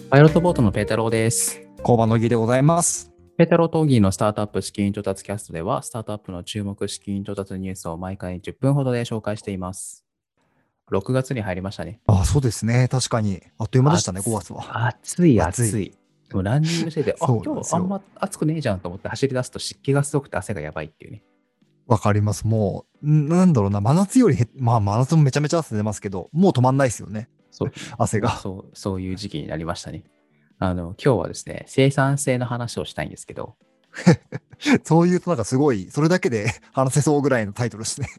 パイロットボートのペータローです。 工場の儀でございます。 ペータローとギーのスタートアップ資金調達キャストでは、スタートアップの注目資金調達ニュースを毎回10分ほどで紹介しています。6月に入りましたね。 そうですね。確かに。あっという間でしたね、5月は。 暑い暑い。 暑い。もうランニングしてて、 そうなんですよ。 今日あんま暑くねえじゃんと思って走り出すと湿気がすごくて汗がやばいっていうね。 わかります。もう、なんだろうな、真夏よりまあ真夏もめちゃめちゃ汗出ますけど、もう止まんないですよね。 そう、 汗が。 そういう時期になりましたね。今日はですね、生産性の話をしたいんですけど、 そういうとなんかすごい、それだけで話せそうぐらいのタイトルですね。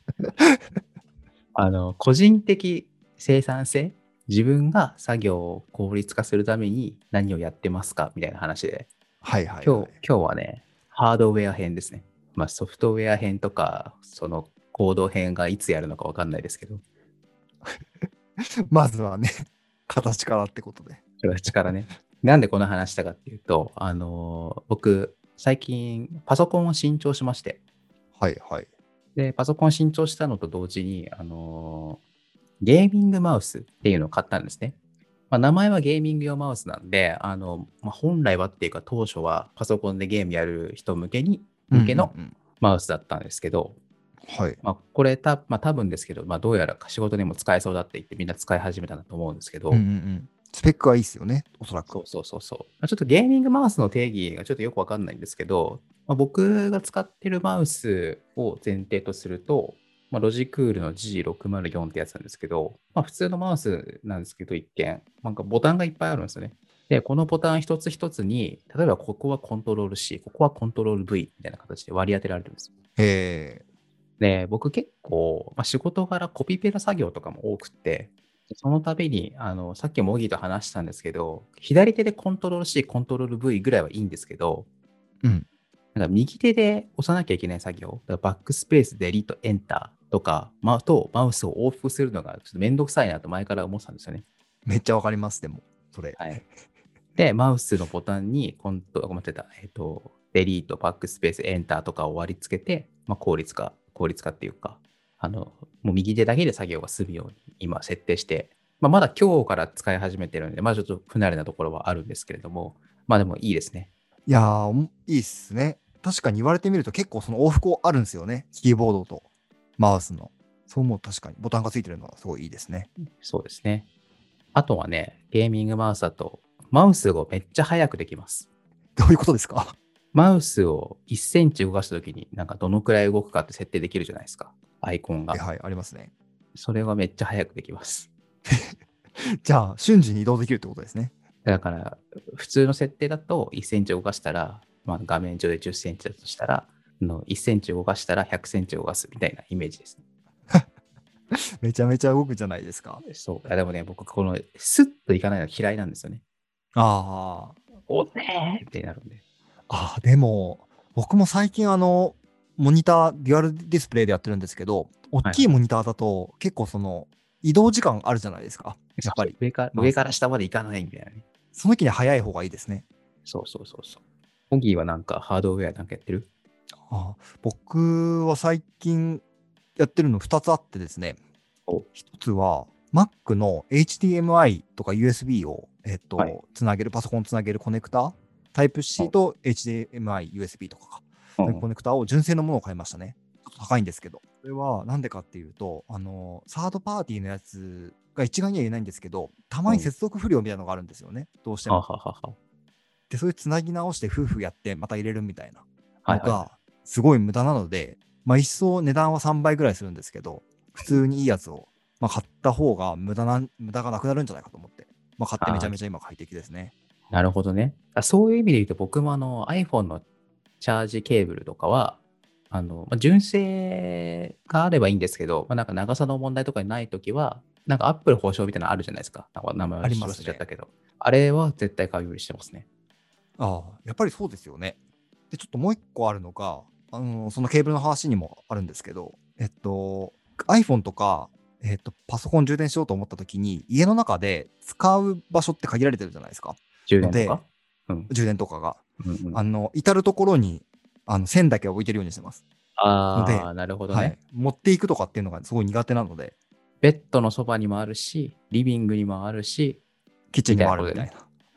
個人的生産性、自分が作業を効率化するために何をやってますかみたいな話で、 はいはいはい。 今日はね、ハードウェア編ですね。まあ、ソフトウェア編とか、そのコード編がいつやるのかわかんないですけど、 まずはね、形からってことで。 形からね。なんでこの話したかっていうと、僕、最近パソコンを新調しまして、 はいはい。 で、パソコン新調したのと同時に、ゲーミングマウスっていうのを買ったんですね。まあ、名前はゲーミング用マウスなんで、本来はっていうか当初はパソコンでゲームやる人うんうん向けのうん。 マウスだったんですけど、 はい。 まあ、これ多分ですけど、まあ、どうやら仕事にも使えそうだって言ってみんな使い始めたんだと思うんですけうんうんど、 うん。スペックはいいっすよね、おそらく。 そう。まあ、ちょっとゲーミングマウスの定義がちょっとよくわかんないんですけど、まあ、僕が使ってるマウスを前提とすると、まあ、ロジクールの G604 ってやつなんですけど、まあ、普通のマウスなんですけど、一見、なんかボタンがいっぱいあるんですよね。で、このボタン一つ一つに、例えばここはコントロール C、ここはコントロール V みたいな形で割り当てられるんですよ。 へえ。 で、僕結構、まあ、仕事柄コピペの作業とかも多くって、その度に、さっきもオギーと話したんですけど、左手でコントロール C、コントロール V ぐらいはいいんですけど、 うん。 なんか右手で押さなきゃいけない作業、だからバックスペース、デリート、エンターとか、マウスを往復するのがちょっとめんどくさいなと前から思ってたんですよね。 めっちゃわかります、でも、それ。 はい。で、マウスのボタンにごめんなさい、デリート、バックスペース、エンターとかを割り付けて、まあ、効率化っていうか、もう右手だけで作業が済むように今設定して、まあ、まだ今日から使い始めてるんで、まあちょっと不慣れなところはあるんですけれども、まあでもいいですね。 いやー、いいっすね。確かに言われてみると結構その往復あるんですよね。キーボードとマウスの。そう思うと確かにボタンがついてるのはすごいいいですね。 そうですね。あとはね、ゲーミングマウスだと、マウスをめっちゃ速くできます。 どういうことですか？ マウスを1センチ動かしたときに、なんかどのくらい動くかって設定できるじゃないですか。アイコンが。 はいはい、ありますね。 それはめっちゃ速くできます。 じゃあ、瞬時に移動できるってことですね。 だから、普通の設定だと1センチ動かしたら、まあ、画面上で10センチだとしたら、1センチ動かしたら100センチ動かすみたいなイメージですね。 めちゃめちゃ動くじゃないですか。 そう。でもね、僕、このスッといかないの嫌いなんですよね。 あーおねーってなるんで。 でも、僕も最近モニター、デュアルディスプレイでやってるんですけど、大はいはい。 きいモニターだと結構その移動時間あるじゃないですか。やっぱり。 上マウスの。 から下までいかないみたいなね。 その時に早い方がいいですね。 そう。オギーはなんかハードウェアなんかやってる？ 僕は最近やってるの2つあってですね。 お、 1つは Mac の HDMI とか USB を、 はい。 つなげる、パソコンつなげるコネクター、タイプ C と HDMI、USB とかか、そういうコうん。 ネクターを純正のものを買いましたね。ちょっと高いんですけど。それはなんでかっていうと、サードパーティーのやつが一概には言えないんですけど、たまにうん。 接続不良みたいなのがあるんですよね。どうしても。 はははは。 で、そういうつなぎ直して夫婦やってまた入れるみたいなはいはいはい。 のがすごい無駄なので、まあ一層値段は3倍ぐらいするんですけど、普通にいいやつを、まあ、買った方が無駄がなくなるんじゃないかと思って、まあ、買ってめちああ、 ゃめちゃ今快適ですね。 なるほどね。そういう意味で言うと、僕もiPhone のチャージケーブルとかは、まあ、純正があればいいんですけど、まあ、なんか長さの問題とかにないときは、なんか Apple 保証みたいなのあるじゃないですか。なんか名前あり忘ますね。 れちゃったけど。あれは絶対買うようにしてますね。 やっぱりそうですよね。で、ちょっともう一個あるのが、そのケーブルの話にもあるんですけど、iPhone とか、パソコン充電しようと思った時に、家の中で使う場所って限られてるじゃないですか。ので、 充電とか。うん。 充電とかが。 うんうん。 至るところに、線だけは置いてるようにしてます。ので、 ああ、なるほどね。 はい。持っていくとかっていうのがすごい苦手なので、 ベッドのそばにもあるし、リビングにもあるし、 キッチンにみたいなことでね。 もあるみたいな。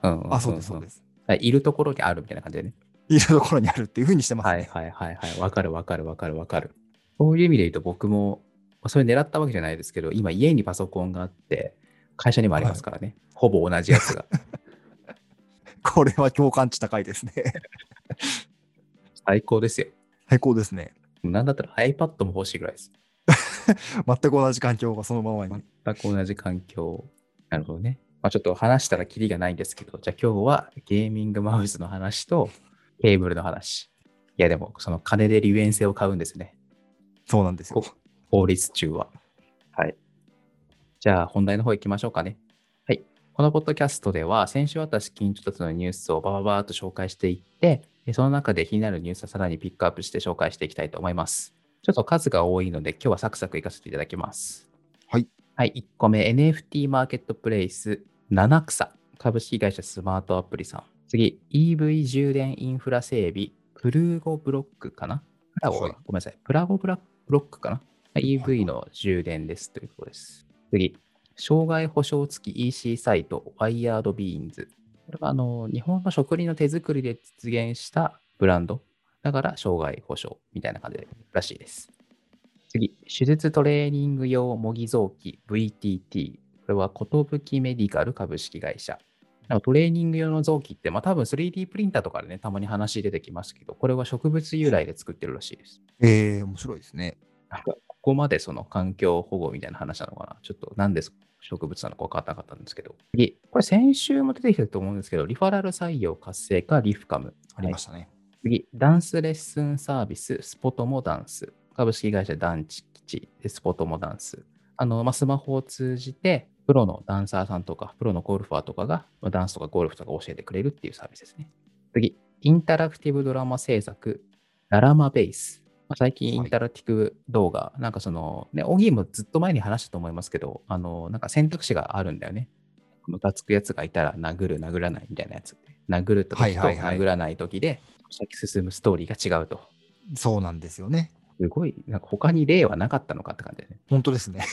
うんうあ、そうです、 んうんうん。 そうです。 いるところにあるみたいな感じでね。 いるところにあるっていう風にしてますね。 はいはいはいはい。わかるわかるわかるわかる。そういう意味で言うと僕も、それ狙ったわけじゃないですけど、今家にパソコンがあって、会社にもありまはい。 すからね。ほぼ同じやつが。 これは共感値高いですね。 最高ですよ。 最高ですね。 なんだったら iPad も欲しいぐらいです。 全く同じ環境がそのままに。 全く同じ環境。なるほどね。まあ、ちょっと話したらキリがないんですけど、じゃあ今日はゲーミングマウスの話とケーブルの話。いやでも、その金で利便性を買うんですね。 そうなんですよ。 法律中は。はい。じゃあ本題の方行きましょうかね。はい。このポッドキャストでは、先週あった資金調達のニュースをバババーっと紹介していって、その中で気になるニュースをさらにピックアップして紹介していきたいと思います。ちょっと数が多いので、今日はサクサクいかせていただきます。 はい。 はい、1個目、NFT マーケットプレイス、七草、株式会社スマートアプリさん。次、EV 充電インフラ整備、プルーゴブロックかなプラゴはい。 かごめんなさい。プラゴブラブロックかなはい。 ?EV の充電ですということです。次、障害保証付き EC サイト、ワイヤードビーンズ。これは日本の職人の手作りで実現したブランド。だから、障害保証みたいな感じらしいです。次、手術トレーニング用模擬臓器 VTT。これは寿メディカル株式会社。トレーニング用の臓器って、多分 3D プリンターとかでね、たまに話出てきますけど、これは植物由来で作ってるらしいです。 面白いですね。 なんかここまでその環境保護みたいな話なのかな。ちょっとなんで植物なのか分からなかったんですけど。次、これ先週も出てきたと思うんですけど、リファラル採用活性化リフカム。 ありましたね。 次、ダンスレッスンサービス、スポトモダンス。株式会社ダンチ吉でスポトモダンス。スマホを通じて、プロのダンサーさんとか、プロのゴルファーとかが、ダンスとかゴルフとか教えてくれるっていうサービスですね。次、インタラクティブドラマ制作、ララマベース。最近イはい。 ンタラクティブ動画、オギーもずっと前に話したと思いますけど、選択肢があるんだよね。ムカつくやつがいたら殴る、殴らないみたいなやつ。殴ったはい時はいはい。 と殴らない時で先進むストーリーが違うと。 そうなんですよね。 すごい、他に例はなかったのかって感じでね。 本当ですね。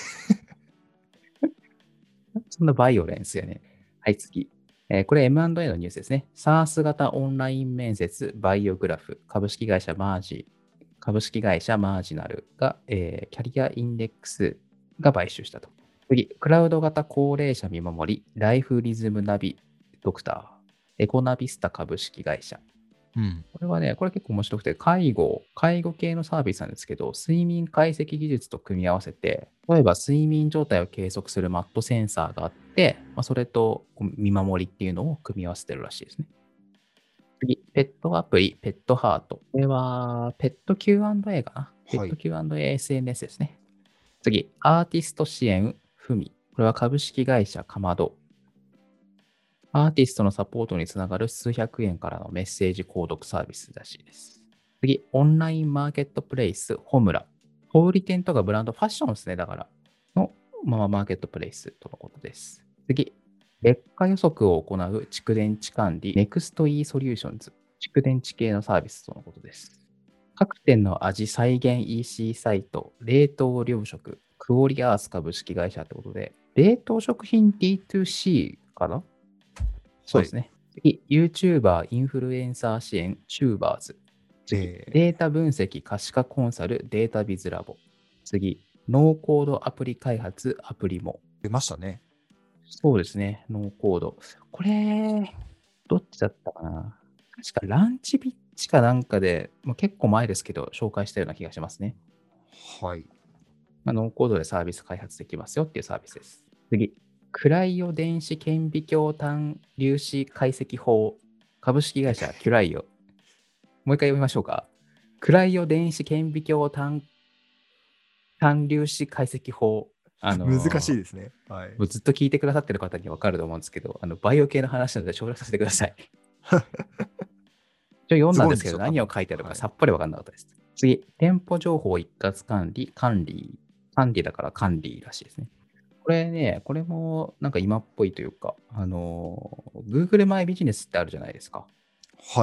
そんなバイオレンスやね。はい、次。これ M&A のニュースですね。SaaS 型オンライン面接バイオグラフ株式会社マージ、株式会社マージナルが、キャリアインデックスが買収したと。次、クラウド型高齢者見守り、ライフリズムナビドクター、エコナビスタ株式会社。 うん。 これはね、これ結構面白くて、介護系のサービスなんですけど、睡眠解析技術と組み合わせて、例えば睡眠状態を計測するマットセンサーがあって、それと見守りっていうのを組み合わせてるらしいですね。次、ペットアプリ、ペットハート。これは、ペット Q&A かな。ペットはい。 Q&A SNS ですね。次、アーティスト支援、ふみ。これは株式会社かまど。アーティストのサポートにつながる数百円からのメッセージ購読サービスらしいです。次、オンラインマーケットプレイス、ホムラ。小売店とかブランド、ファッションですね、だから。の、マーケットプレイスとのことです。次、劣化予測を行う蓄電池管理、NextE ソリューションズ。蓄電池系のサービスとのことです。各店の味再現 EC サイト、冷凍糧食、クオリアース株式会社ってことで、冷凍食品 D2C かなそうはい。 ですね。次、YouTuber インフルエンサー支援、チューバーズ。次、データ分析可視化コンサル、データビズラボ。次、ノーコードアプリ開発、アプリも。 出ましたね。 そうですね、ノーコード。これ、どっちだったかな確かランチビッチかなんかで、結構前ですけど、紹介したような気がしますね。 はい。 ノーコードでサービス開発できますよっていうサービスです。次、クライオ電子顕微鏡単粒子解析法株式会社キュライオ。もう一回読みましょうか。クライオ電子顕微鏡単粒子解析法。 難しいですね。はい。 もうずっと聞いてくださってる方には分かると思うんですけど、バイオ系の話なので省略させてください。読んすだんですけど、 ごいんでしょ、多分。 何を書いてあるはい。 かさっぱり分かんなかったです。次、店舗情報一括管理だから管理らしいですね。これね、これもなんか今っぽいというか、Google マイビジネスってあるじゃないですか。 はい。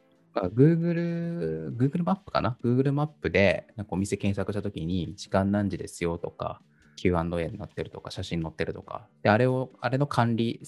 Google マップかな ?Google マップでなんかお店検索したときに時間何時ですよとか、Q&A になってるとか、写真載ってるとか、で、あれの管理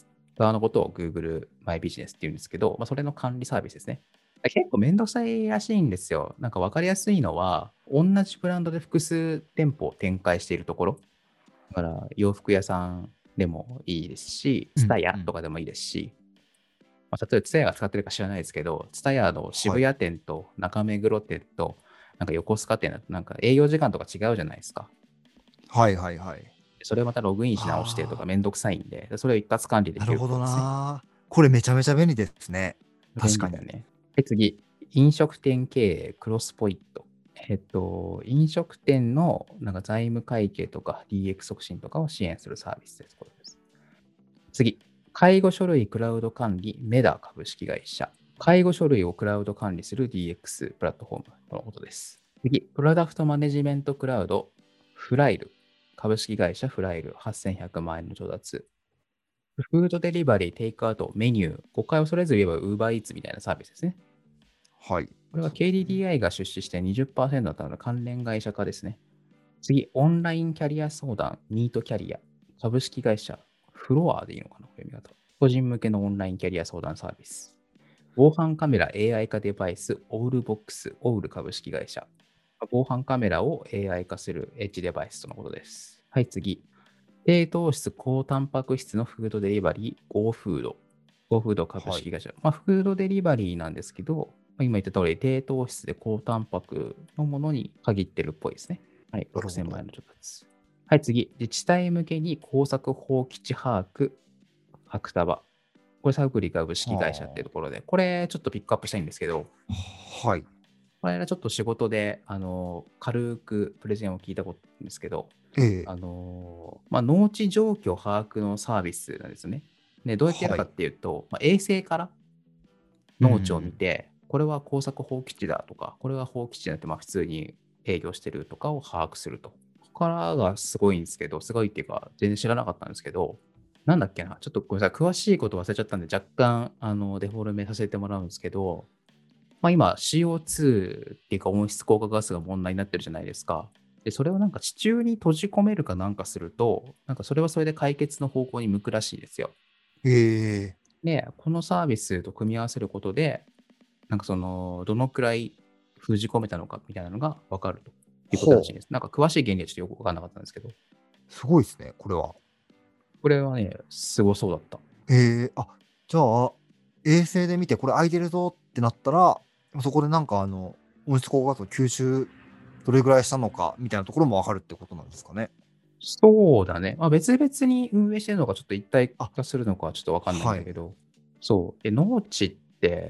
側のことを Google マイビジネスって言うんですけど、それの管理サービスですね。結構めんどくさいらしいんですよ。なんか分かりやすいのは、同じブランドで複数店舗を展開しているところ。だから洋服屋さんでもいいですし、 うん TSUTAYA うん。 とかでもいいですし、例えば TSUTAYA が使ってるか知らないですけど、TSUTAYA の渋はい。 谷店と中目黒店となんか横須賀店だとなんか営業時間とか違うじゃないですか。 はいはいはい。 それをまたログインし直してとかあめんどくさいんで、それを一括管理であ、なきるっるほどぽいですね。 な。これめちゃめちゃ便利ですね。確かに。 便利だね。で、次、飲食店経営クロスポイント。飲食店のなんか財務会計とか DX 促進とかを支援するサービスです。これです。次、介護書類クラウド管理メダ株式会社。介護書類をクラウド管理する DX プラットフォームとのことです。次、プロダクトマネジメントクラウドフライル株式会社フライル8100万円の調達。フードデリバリー、テイクアウト、メニュー、誤解をそれぞれ言えば UberEats みたいなサービスですね。 はい。 これはそうですね。 KDDI が出資して20%だったので関連会社化ですね。次、オンラインキャリア相談、ニートキャリア、株式会社、フロアでいいのかな、読み方。個人向けのオンラインキャリア相談サービス。防犯カメラ AI 化デバイス、オールボックス、オール株式会社。防犯カメラを AI 化するエッジデバイスとのことです。はい、次。低糖質、高タンパク質のフードデリバリー、ゴーフード。ゴーフード株はい。 式会社。フードデリバリーなんですけど、今言った通り、低糖質で高タンパクのものに限ってるっぽいですね。はい、6000 なるほど。 万円の調達。はい、次。自治体向けに工作放棄地把握、白束。これ、サウクリ株式会社っていうはところで、これちょっとピックアップしたいんですけど、 あ。はい。 これはちょっと仕事で、軽くプレゼンを聞いたことなんですけど、 ええ。 農地状況把握のサービスなんですね。で、どうやってやるかっはい。 ていうと、衛星からうんう農地を見ん。 て、これは耕作放棄地だとか、これは放棄地じゃなくて、普通に営業してるとかを把握すると。ここからがすごいんですけど、すごいっていうか、全然知らなかったんですけど、なんだっけな、ちょっとごめんなさい、詳しいこと忘れちゃったんで、若干、デフォルメさせてもらうんですけど、今 CO2 っていうか温室効果ガスが問題になってるじゃないですか。で、それをなんか地中に閉じ込めるかなんかすると、なんかそれはそれで解決の方向に向くらしいですよ。 ええ。 で、このサービスと組み合わせることで、なんかどのくらい封じ込めたのかみたいなのが分かるということらしいほう。 です。なんか詳しい原理はちょっとよく分かんなかったんですけど、 すごいですね、これは。 これはね、すごそうだった。 ええ、あ、じゃあ、衛星で見てこれ空いてるぞってなったら、そこでなんか温室効果ガスを吸収どれぐらいしたのかみたいなところもわかるってことなんですかね。 そうだね。別々に運営してるのか、ちょっと一体あ、 化するのかはちょっとわかんないんはい。 だけど、そう。で、農地って、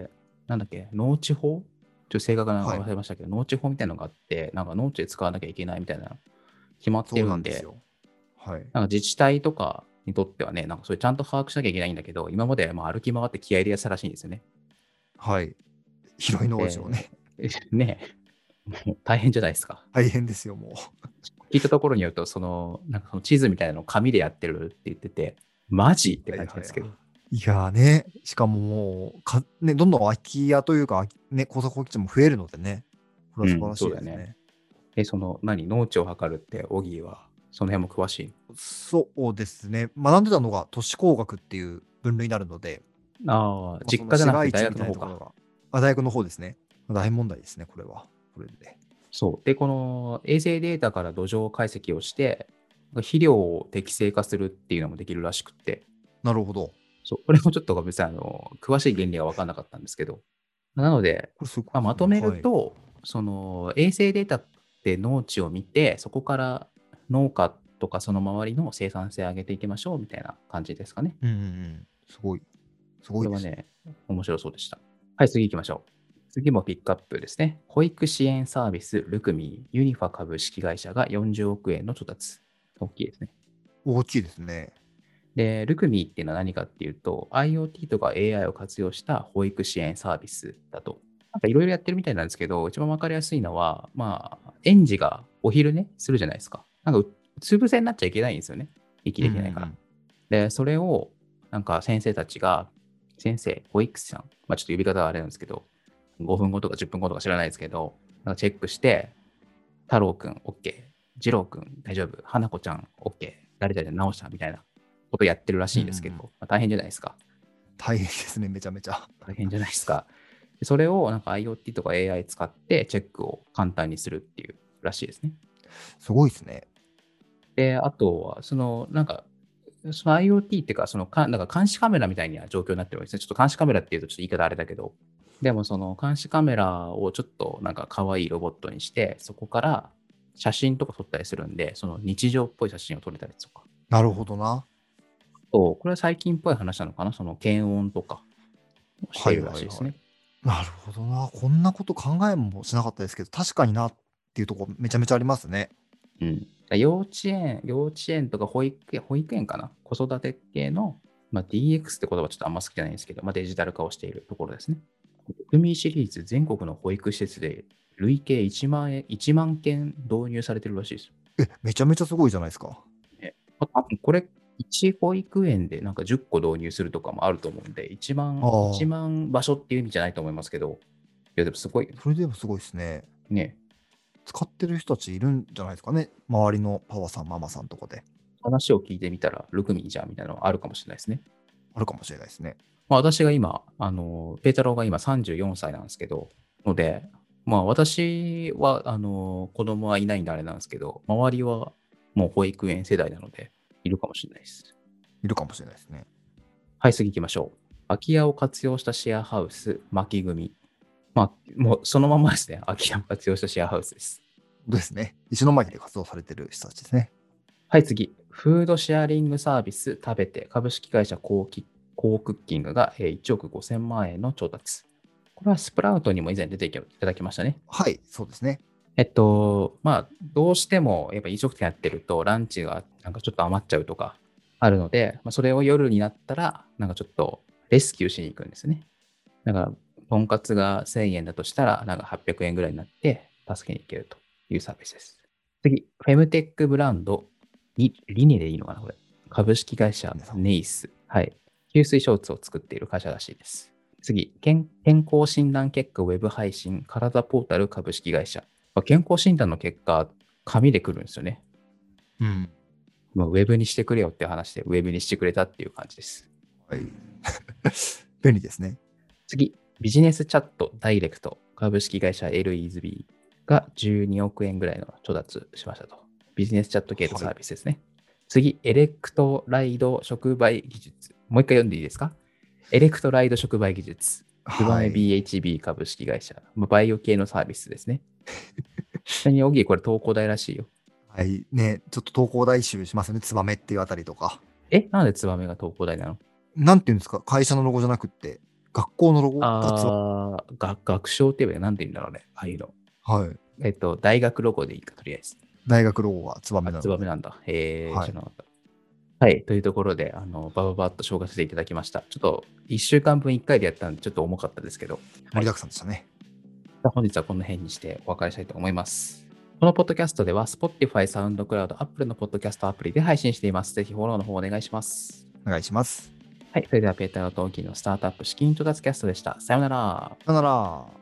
なんだっけ、農地法正確なのはい。 忘れましたけど、農地法みたいなのがあって、なんか農地で使わなきゃいけないみたいな、決まってそうるんで、 なんですよ。はい。 なんか自治体とかにとってはね、なんかそれちゃんと把握しなきゃいけないんだけど、今まで歩き回って気合い入れやってたらしいんですよね。 はい。広い農地をで、 ね、 ね、もう大変じゃないですか。 大変ですよ、もう。 聞いたところによると、なんかその地図みたいなのを紙でやってるって言ってて、マジってはいはいはい。 感じですけど。 いやーね、しかももう、ね、どんどん空き家というか、ね、耕作放棄地も増えるのでね、これうん、 は素晴らしそうだよね。 いですね。 農地を測るって、オギーは、その辺も詳しい？ そうですね。学んでたのが都市工学っていう分類になるので、 ああ、 そ実の市街家じゃなくて大地みたいなところ学の方か。 が、大学の方ですね。大問題ですね、これは。これで。 そう。で、この衛星データから土壌解析をして、肥料を適正化するっていうのもできるらしくって、 なるほど。 そう、これもちょっと別に詳しい原理は分かんなかったんですけど、なので、 これすごいですね。 まとめるはい。 と、衛星データって農地を見て、そこから農家とかその周りの生産性を上げていきましょうみたいな感じですかね。 うんうんうん。すごい。すごいですね。 これはね、面白そうでした。はい、次行きましょう。次もピックアップですね。保育支援サービス、ルクミユニファ株式会社が40億円の調達。大きいですね。 大きいですね。 で、ルクミっていうのは何かっていうと、IoT とか AI を活用した保育支援サービスだと。なんかいろいろやってるみたいなんですけど、一番わかりやすいのは、園児がお昼寝するじゃないですか。なんかうつ伏せになっちゃいけないんですよね。息うんうんうできないから。 ん。 で、それを、なんか先生たちが、先生、保育士さん、ちょっと呼び方はあれなんですけど、5分後とか10分後とか知らないですけど、なんかチェックして、太郎くん OK、次郎くん大丈夫、花子ちゃん OK、誰々直したみたいな。 ことやってるらしいんですけど、 うんうん。 大変じゃないですか。 大変ですね、めちゃめちゃ。 大変じゃないですか。それをなんか IoT とか AI 使ってチェックを簡単にするっていうらしいですね。 すごいですね。 で、あとは、その IoT っていうか、なんか監視カメラみたいな状況になってるわけですね。ちょっと監視カメラっていうとちょっと言い方あれだけど、でもその監視カメラをちょっとなんか可愛いロボットにして、そこから写真とか撮ったりするんで、その日常っぽい写真を撮れたりとか。 なるほどな。 これは最近っぽい話なのかな、その検温とかをしてはいいはいはい。 るらしいですね。 なるほどな。こんなこと考えもしなかったですけど、確かになっていうところめちゃめちゃありますね。 うん。幼稚園とか保育園かな、子育て系の、DX って言葉はちょっとあんま好きじゃないんですけど、デジタル化をしているところですね。国民シリーズ全国の保育施設で累計1万件導入されてるらしいですよ。 めちゃめちゃすごいじゃないですか。 ね、多分これ、1保育園でなんか10個導入するとかもあると思うんで、1 ああ、 万場所っていう意味じゃないと思いますけど、いやでもすごいそれでもすごいですね。 ね、 使ってる人たちいるんじゃないですかね。周りのパパさん、ママさんとかで。 話を聞いてみたら、ルクミンじゃんみたいなのがあるかもしれないですね。 あるかもしれないですね。 私が今、ペータローが今34歳なんですけど、ので、私は、子供はいないんであれなんですけど、周りはもう保育園世代なので、いるかもしれないです。 いるかもしれないですね。 はい、次行きましょう。空き家を活用したシェアハウス、巻き組み。もうそのままですね。空き家を活用したシェアハウスです。 ですね。石巻で活動されてる人たちですね。 はい、次。フードシェアリングサービス、食べて、株式会社コークッキングが1億5000万円の調達。これはスプラウトにも以前出ていただきましたね。 はい、そうですね。 どうしてもやっぱ飲食店やってるとランチがなんかちょっと余っちゃうとかあるので、それを夜になったらなんかちょっとレスキューしに行くんですね。だから、とんかつが1000円だとしたら、なんか800円ぐらいになって助けに行けるというサービスです。次、フェムテックブランド、リネでいいのかなこれ。株式会社皆さん。 ネイス。はい。吸水ショーツを作っている会社らしいです。次、健康診断結果ウェブ配信、体ポータル株式会社。健康診断の結果、紙で来るんですよね。 うん。 もうウェブにしてくれよって話で、ウェブにしてくれたっていう感じです。 はい。便利ですね。 次、ビジネスチャットダイレクト株式会社 LESB が12億円ぐらいの調達しましたと。ビジネスチャット系のサービスですね。次、エレクトライド触媒技術。もう一回読んでいいですか？エレクトライド触媒技術。ツバメはい。 BHB 株式会社。バイオ系のサービスですね。ちなみに、オギーこれ投稿代らしいよ。 はい。ね、ちょっと投稿大集しますよね。ツバメっていうあたりとか。 なんでツバメが投稿代なの？ なんていうんですか、会社のロゴじゃなくって、学校のロゴがツバ学章って言えば何て言うんだろうね。ああいうの。 はい。 大学ロゴでいいか、とりあえず。 大学ロゴがツバメなので。 ツバメなんだ。 はい。 知らなかった。はい。というところで、バババッと紹介させていただきました。ちょっと、1週間分1回でやったんで、ちょっと重かったですけど。はい。 盛りだくさんでしたね。 本日はこの辺にしてお別れしたいと思います。このポッドキャストでは、Spotify、SoundCloud、Apple のポッドキャストアプリで配信しています。ぜひフォローの方お願いします。 お願いします。 はい。それでは、ペーターとオギーのスタートアップ資金調達キャストでした。さようなら。 さよなら。